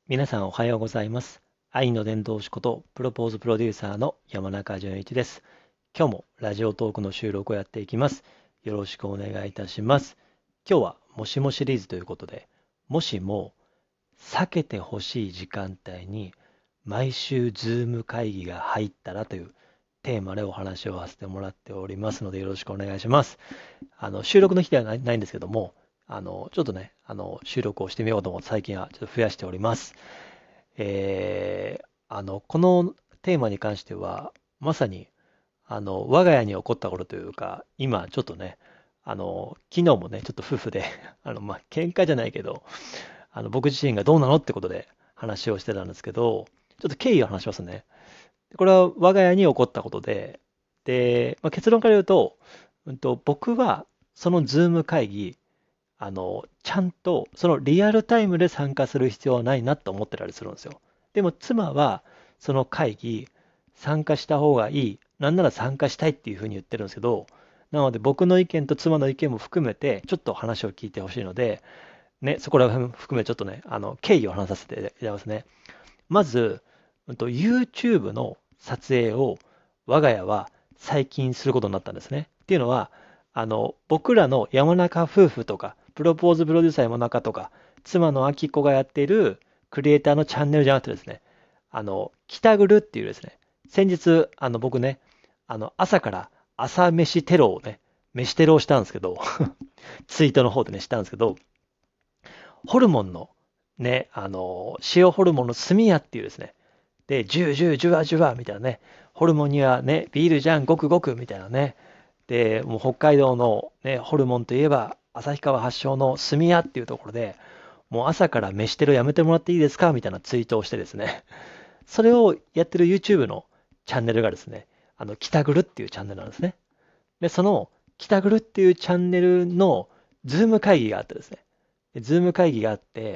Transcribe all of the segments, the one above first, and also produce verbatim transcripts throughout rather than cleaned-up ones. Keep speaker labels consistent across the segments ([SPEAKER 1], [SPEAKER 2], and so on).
[SPEAKER 1] 皆さんおはようございます。愛の伝道師ことプロポーズプロデューサーの山中淳一です。今日もラジオトークの収録をやっていきます。よろしくお願いいたします。今日はもしもシリーズということで、もしも避けてほしい時間帯に毎週ズーム会議が入ったらというテーマでお話をさせてもらっておりますのでよろしくお願いします。あの収録の日ではないないんですけども、あのちょっとね、あの収録をしてみようと思って最近はちょっと増やしております。えーあの、このテーマに関しては、まさに、あの、我が家に起こったことというか、今ちょっとね、あの、昨日もね、ちょっと夫婦で、あの、まあ、喧嘩じゃないけど、あの、僕自身がどうなのってことで話をしてたんですけど、ちょっと経緯を話しますね。これは我が家に起こったことで、で、まあ、結論から言うと、うんと、僕はそのズーム会議、あの、ちゃんとそのリアルタイムで参加する必要はないなと思ってたりするんですよ。でも妻はその会議参加した方がいい。なんなら参加したいっていうふうに言ってるんですけど、なので僕の意見と妻の意見も含めてちょっと話を聞いてほしいので、ね、そこら辺も含めちょっとね、あの、経緯を話させていただきますね。まず、うんと YouTube の撮影を我が家は最近することになったんですね。っていうのは、あの、僕らの山中夫婦とか、プロポーズプロデューサー山中とか、妻の明子がやっているクリエイターのチャンネルじゃなくてですね、あの、北ぐるっていうですね、先日、あの、僕ね、あの、朝から朝飯テロをね、飯テロをしたんですけど、ツイートの方でね、したんですけど、ホルモンのね、あの、塩ホルモンの炭屋っていうですね、で、ジュージュージュワジュワみたいなね、ホルモンにはね、ビールじゃん、ごくごくみたいなね、で、もう北海道のね、ホルモンといえば、旭川発祥の炭屋っていうところで、もう朝から飯テロやめてもらっていいですかみたいなツイートをしてですね、それをやってる YouTube のチャンネルがですね、あの、北ぐるっていうチャンネルなんですね。で、その北ぐるっていうチャンネルのズーム会議があってですね、でズーム会議があって、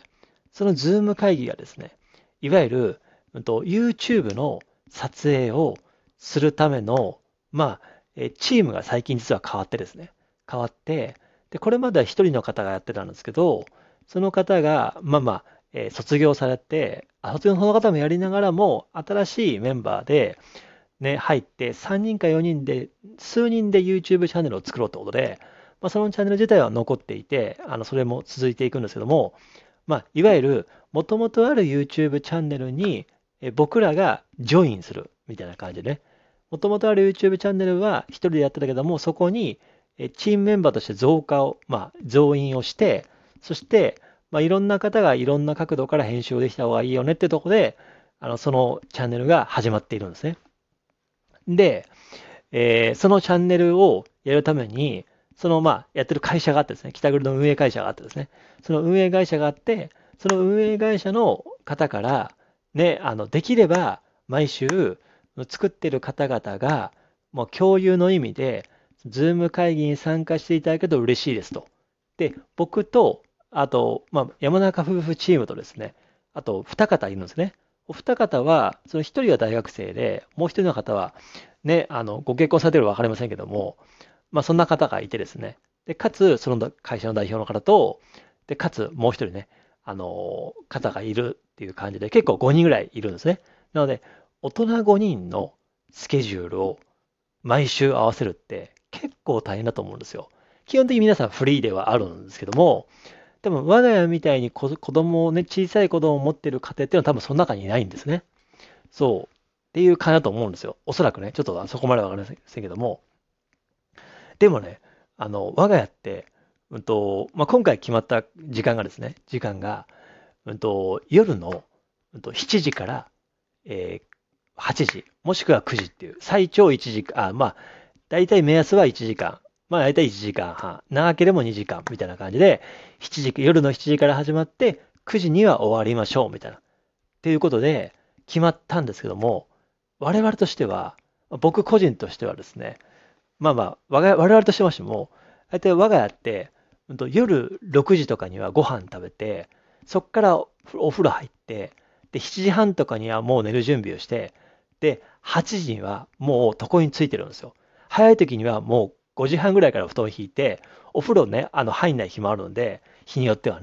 [SPEAKER 1] そのズーム会議がですね、いわゆる、うんと、YouTube の撮影をするための、まあ、えチームが最近実は変わってですね、変わって、で、これまでは一人の方がやってたんですけど、その方が、まあまあ、えー卒業されて、あ卒業のその方もやりながらも、新しいメンバーで、ね、入って、さんにんかよにんで、数人で YouTube チャンネルを作ろうってことで、まあ、そのチャンネル自体は残っていて、あの、それも続いていくんですけども、まあ、いわゆる、もともとある YouTube チャンネルに、え僕らがジョインするみたいな感じでね。もともとある YouTube チャンネルは一人でやってたけども、そこにえチームメンバーとして増加を、まあ、増員をして、そして、まあ、いろんな方がいろんな角度から編集をできた方がいいよねってとこで、あの、そのチャンネルが始まっているんですね。で、えーそのチャンネルをやるために、そのまあやってる会社があってですね、北グルの運営会社があってですね、その運営会社があって、その運営会社の方から、ね、あの、できれば毎週作ってる方々が、もう共有の意味で、ズーム会議に参加していただけると嬉しいですと。で、僕と、あと、まあ、山中夫婦チームとですね、あと二方いるんですね。お二方は、その一人は大学生で、もう一人の方は、ね、あの、ご結婚されてるかわかりませんけども、まあ、そんな方がいてですね。で、かつ、その会社の代表の方と、で、かつ、もう一人ね、あの、方がいるっていう感じで、結構ごにんぐらいいるんですね。なので、大人ごにんのスケジュールを毎週合わせるって結構大変だと思うんですよ。基本的に皆さんフリーではあるんですけども、多分我が家みたいに子子供をね、小さい子供を持ってる家庭っていうのは多分その中にいないんですね。そう。っていう感じだと思うんですよ。おそらくね、ちょっとそこまではわかりませんけども。でもね、あの、我が家って、うんと、まあ、今回決まった時間がですね、時間が、うんと、夜の、うんと、しちじから、えーはちじ、もしくはくじっていう、最長いちじかん、あ、まあ、大体目安はいちじかん。まあ、大体いちじかんはん。長ければにじかんみたいな感じで、しちじ、夜のしちじから始まって、くじには終わりましょうみたいな。っていうことで決まったんですけども、我々としては、僕個人としてはですね、まあまあ、我が我々としましても、大体我が家って、うんと夜ろくじとかにはご飯食べて、そっからおお風呂入って、で、しちじはんとかにはもう寝る準備をして、で、はちじにはもう床についてるんですよ。早い時にはもうごじはんぐらいから布団を引いて、お風呂ね、あの入んない日もあるので、日によってはね。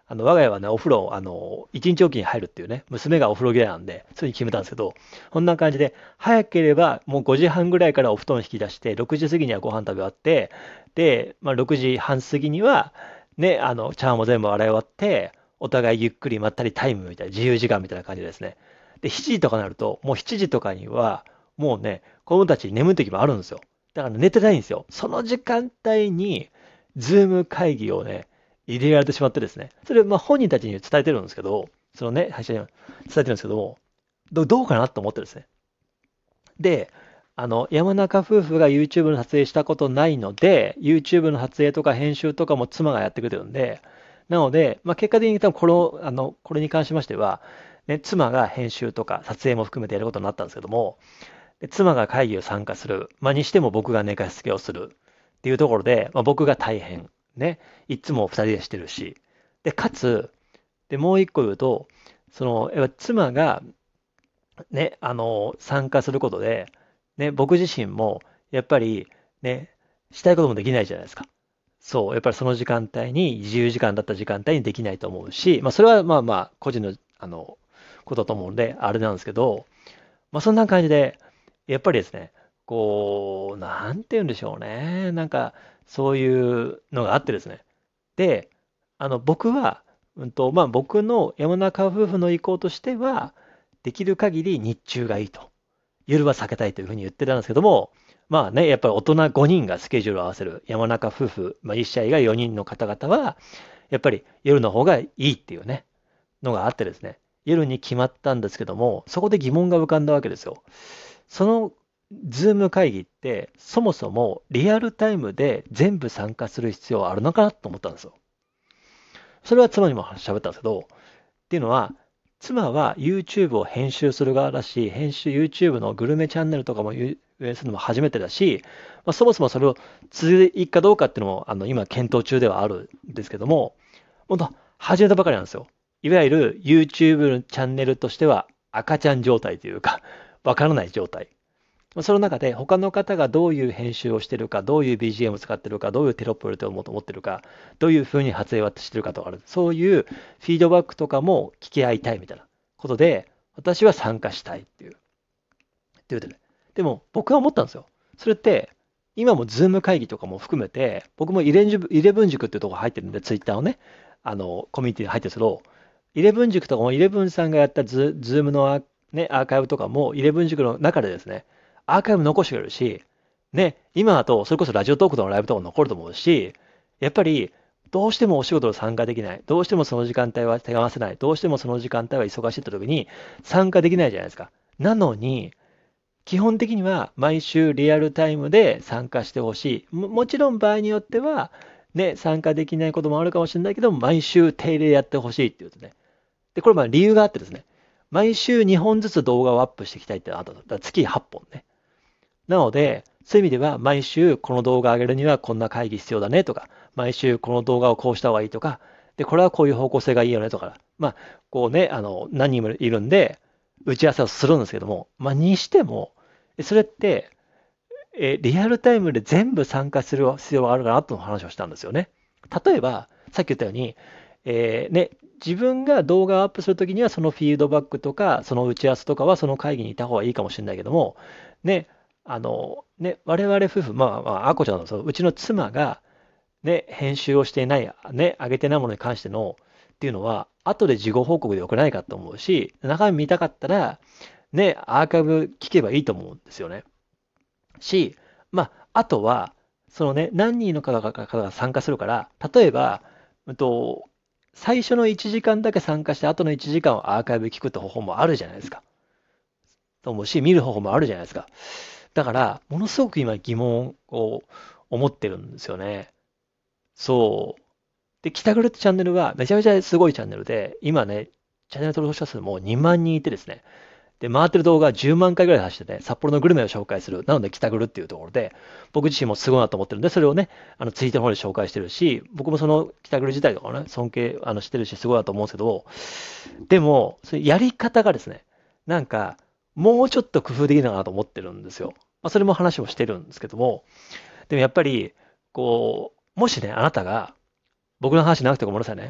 [SPEAKER 1] あの、我が家はね、お風呂、あの、一日おきに入るっていうね、娘がお風呂嫌いなんで、そういうふうに決めたんですけど、こんな感じで、早ければもうごじはんぐらいからお布団引き出して、ろくじ過ぎにはご飯食べ終わって、で、まあ、ろくじはん過ぎには、ね、あの、茶碗も全部洗い終わって、お互いゆっくりまったりタイムみたいな、自由時間みたいな感じですね。で、しちじとかになると、もうしちじとかには、もうね、子供たち眠い時もあるんですよ。だから寝てないんですよ。その時間帯に、ズーム会議をね、入れられてしまってですね。それ、まあ本人たちに伝えてるんですけど、そのね、会社には伝えてるんですけども、どどうかなと思ってですね。で、あの、山中夫婦が YouTube の撮影したことないので、YouTube の撮影とか編集とかも妻がやってくれてるんで、なので、まあ、結果的に多分この、あの、これに関しましては、ね、妻が編集とか撮影も含めてやることになったんですけども、で妻が会議を参加する、まあ、にしても僕が寝かしつけをするっていうところで、まあ、僕が大変、ね、いつもふたりでしてるし、で、かつ、で、もう一個言うと、その、やっぱ妻がね、あの、参加することで、ね、僕自身も、やっぱり、ね、したいこともできないじゃないですか。そう、やっぱりその時間帯に、自由時間だった時間帯にできないと思うし、まあ、それはまあまあ、個人の、あの、ことだと思うんで、あれなんですけど、まあ、そんな感じで、やっぱりですね、こう、なんて言うんでしょうね。なんか、そういうのがあってですね。で、あの、僕は、うんと、まあ、僕の山中夫婦の意向としては、できる限り日中がいいと。夜は避けたいというふうに言ってたんですけども、まあね、やっぱり大人ごにんがスケジュールを合わせる山中夫婦、まあ、いっ社以外よにんの方々は、やっぱり夜の方がいいっていうね、のがあってですね、夜に決まったんですけども、そこで疑問が浮かんだわけですよ。そのズーム会議って、そもそもリアルタイムで全部参加する必要あるのかなと思ったんですよ。それは妻にも喋ったんですけど、っていうのは、妻は YouTube を編集する側だし、編集 YouTube のグルメチャンネルとかも運営するのも初めてだし、まあ、そもそもそれを続いていくかどうかっていうのも、あの、今検討中ではあるんですけども、本当始めたばかりなんですよ。いわゆる YouTube のチャンネルとしては赤ちゃん状態というか、わからない状態。その中で他の方がどういう編集をしてるか、どういう ビージーエム を使ってるか、どういうテロップを入れて思ってるか、どういうふうに発声はしてるかとかある。そういうフィードバックとかも聞き合いたいみたいなことで、私は参加したいっていう。って言うてね。でも僕は思ったんですよ。それって、今もズーム会議とかも含めて、僕もイレブンイレブン塾っていうところ入ってるんで、ツイッターをね、あの、コミュニティに入ってるんですけど、イレブン塾とかもイレブンさんがやったズ、ズームのア,、ね、アーカイブとかもイレブン塾の中でですね、アーカイブ残してくれるし、ね、今だとそれこそラジオトークのライブとかも残ると思うし、やっぱりどうしてもお仕事に参加できない、どうしてもその時間帯は手が合わせない、どうしてもその時間帯は忙しいって時に参加できないじゃないですか。なのに、基本的には毎週リアルタイムで参加してほしい。も、もちろん場合によっては、ね、参加できないこともあるかもしれないけど、毎週定例やってほしいっていうとね。で、これまあ理由があってですね、毎週にほんずつ動画をアップしていきたいってのはあった。だから月はっぽんね。なので、そういう意味では、毎週この動画上げるにはこんな会議必要だねとか、毎週この動画をこうした方がいいとか、で、これはこういう方向性がいいよねとか、まあ、こうね、あの、何人もいるんで、打ち合わせをするんですけども、まあ、にしても、それって、え、リアルタイムで全部参加する必要があるかなとの話をしたんですよね。例えば、さっき言ったように、えーね、自分が動画をアップするときにはそのフィードバックとか、その打ち合わせとかはその会議にいた方がいいかもしれないけども、ね、あの、ね、我々夫婦、まあ、まあ、あこちゃんの、そう、うちの妻が、ね、編集をしていない、ね、上げてないものに関しての、っていうのは、後で事後報告でよくないかと思うし、中身見たかったら、ね、アーカイブ聞けばいいと思うんですよね。し、まあ、あとは、そのね、何人の方が方が参加するから、例えば、うんと、最初のいちじかんだけ参加して、後のいちじかんをアーカイブ聞くって方法もあるじゃないですか。と思うし、見る方法もあるじゃないですか。だから、ものすごく今疑問を思ってるんですよね。そう。で、北黒ってチャンネルはめちゃめちゃすごいチャンネルで、今ね、チャンネル登録者数もにまん人いてですね、で、回ってる動画じゅうまん回ぐらい走ってて、札幌のグルメを紹介する。なので、北グルっていうところで、僕自身もすごいなと思ってるんで、それをね、あの、ツイートの方で紹介してるし、僕もその北グル自体とかね、尊敬、あの、してるし、すごいなと思うんですけど、でも、それやり方がですね、なんか、もうちょっと工夫できるなと思ってるんですよ。まあ、それも話をしてるんですけども、でもやっぱり、こう、もしね、あなたが、僕の話なくてごめんなさいね。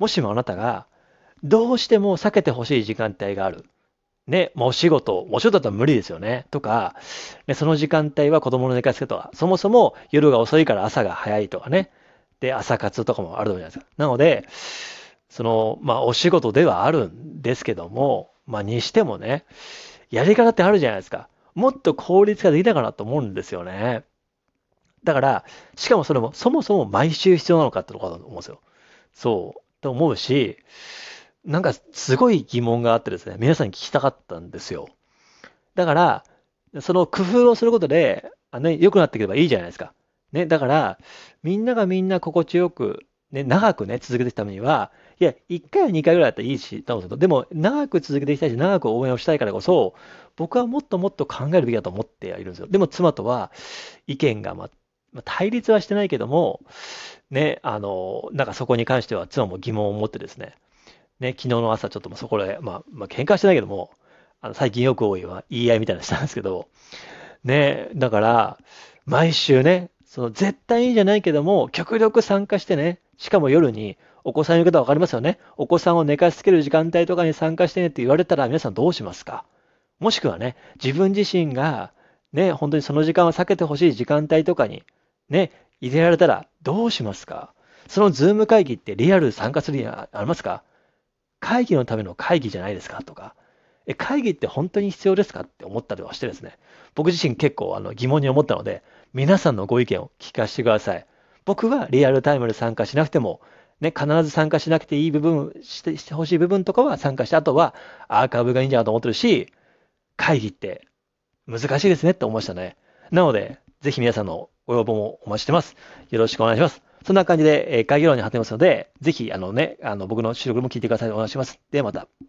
[SPEAKER 1] もしもあなたが、どうしても避けてほしい時間帯がある。ね、もうお仕事、お仕事だったら無理ですよね。とか、ね、その時間帯は子供の寝かしつけとか、そもそも夜が遅いから朝が早いとかね。で、朝活とかもあると思うじゃないですか。なので、その、まあ、お仕事ではあるんですけども、まあ、にしてもね、やり方ってあるじゃないですか。もっと効率化できたかなと思うんですよね。だから、しかもそれも、そもそも毎週必要なのかってところだと思うんですよ。そう、と思うし、なんかすごい疑問があってですね、皆さんに聞きたかったんですよ。だから、その工夫をすることで、あね、良くなっていけばいいじゃないですか。ね、だから、みんながみんな心地よく、ね、長くね、続けていくためには、いや、いっかいやにかいぐらいだったらいいし、多分でも、長く続けていきたいし、長く応援をしたいからこそ、僕はもっともっと考えるべきだと思ってはいるんですよ。でも、妻とは、意見が、ま、まあ対立はしてないけども、ね、あの、なんかそこに関しては妻も疑問を持ってですね、ね、昨日の朝ちょっとまあそこで、まあ、まあ、喧嘩してないけども、あの、最近よく多いは言い合いみたいなのしたんですけど、ね、だから、毎週ね、その絶対いいんじゃないけども、極力参加してね、しかも夜に、お子さんいる方はわかりますよね。お子さんを寝かしつける時間帯とかに参加してねって言われたら皆さんどうしますか？もしくはね、自分自身が、ね、本当にその時間を避けてほしい時間帯とかに、ね、入れられたらどうしますか？そのズーム会議ってリアル参加するにはありますか？会議のための会議じゃないですかとか、え、会議って本当に必要ですかって思ったりはしてですね、僕自身結構あの疑問に思ったので、皆さんのご意見を聞かせてください。僕はリアルタイムで参加しなくても、ね、必ず参加しなくていい部分、してしてほしい部分とかは参加して、あとはアーカイブがいいんじゃないかと思ってるし、会議って難しいですねって思いましたね。なので、ぜひ皆さんのご要望もお待ちしてます。よろしくお願いします。そんな感じで、えー会議論に貼ってますので、ぜひ、あのね、あの、僕の収録も聞いてください。お願いします。ではまた。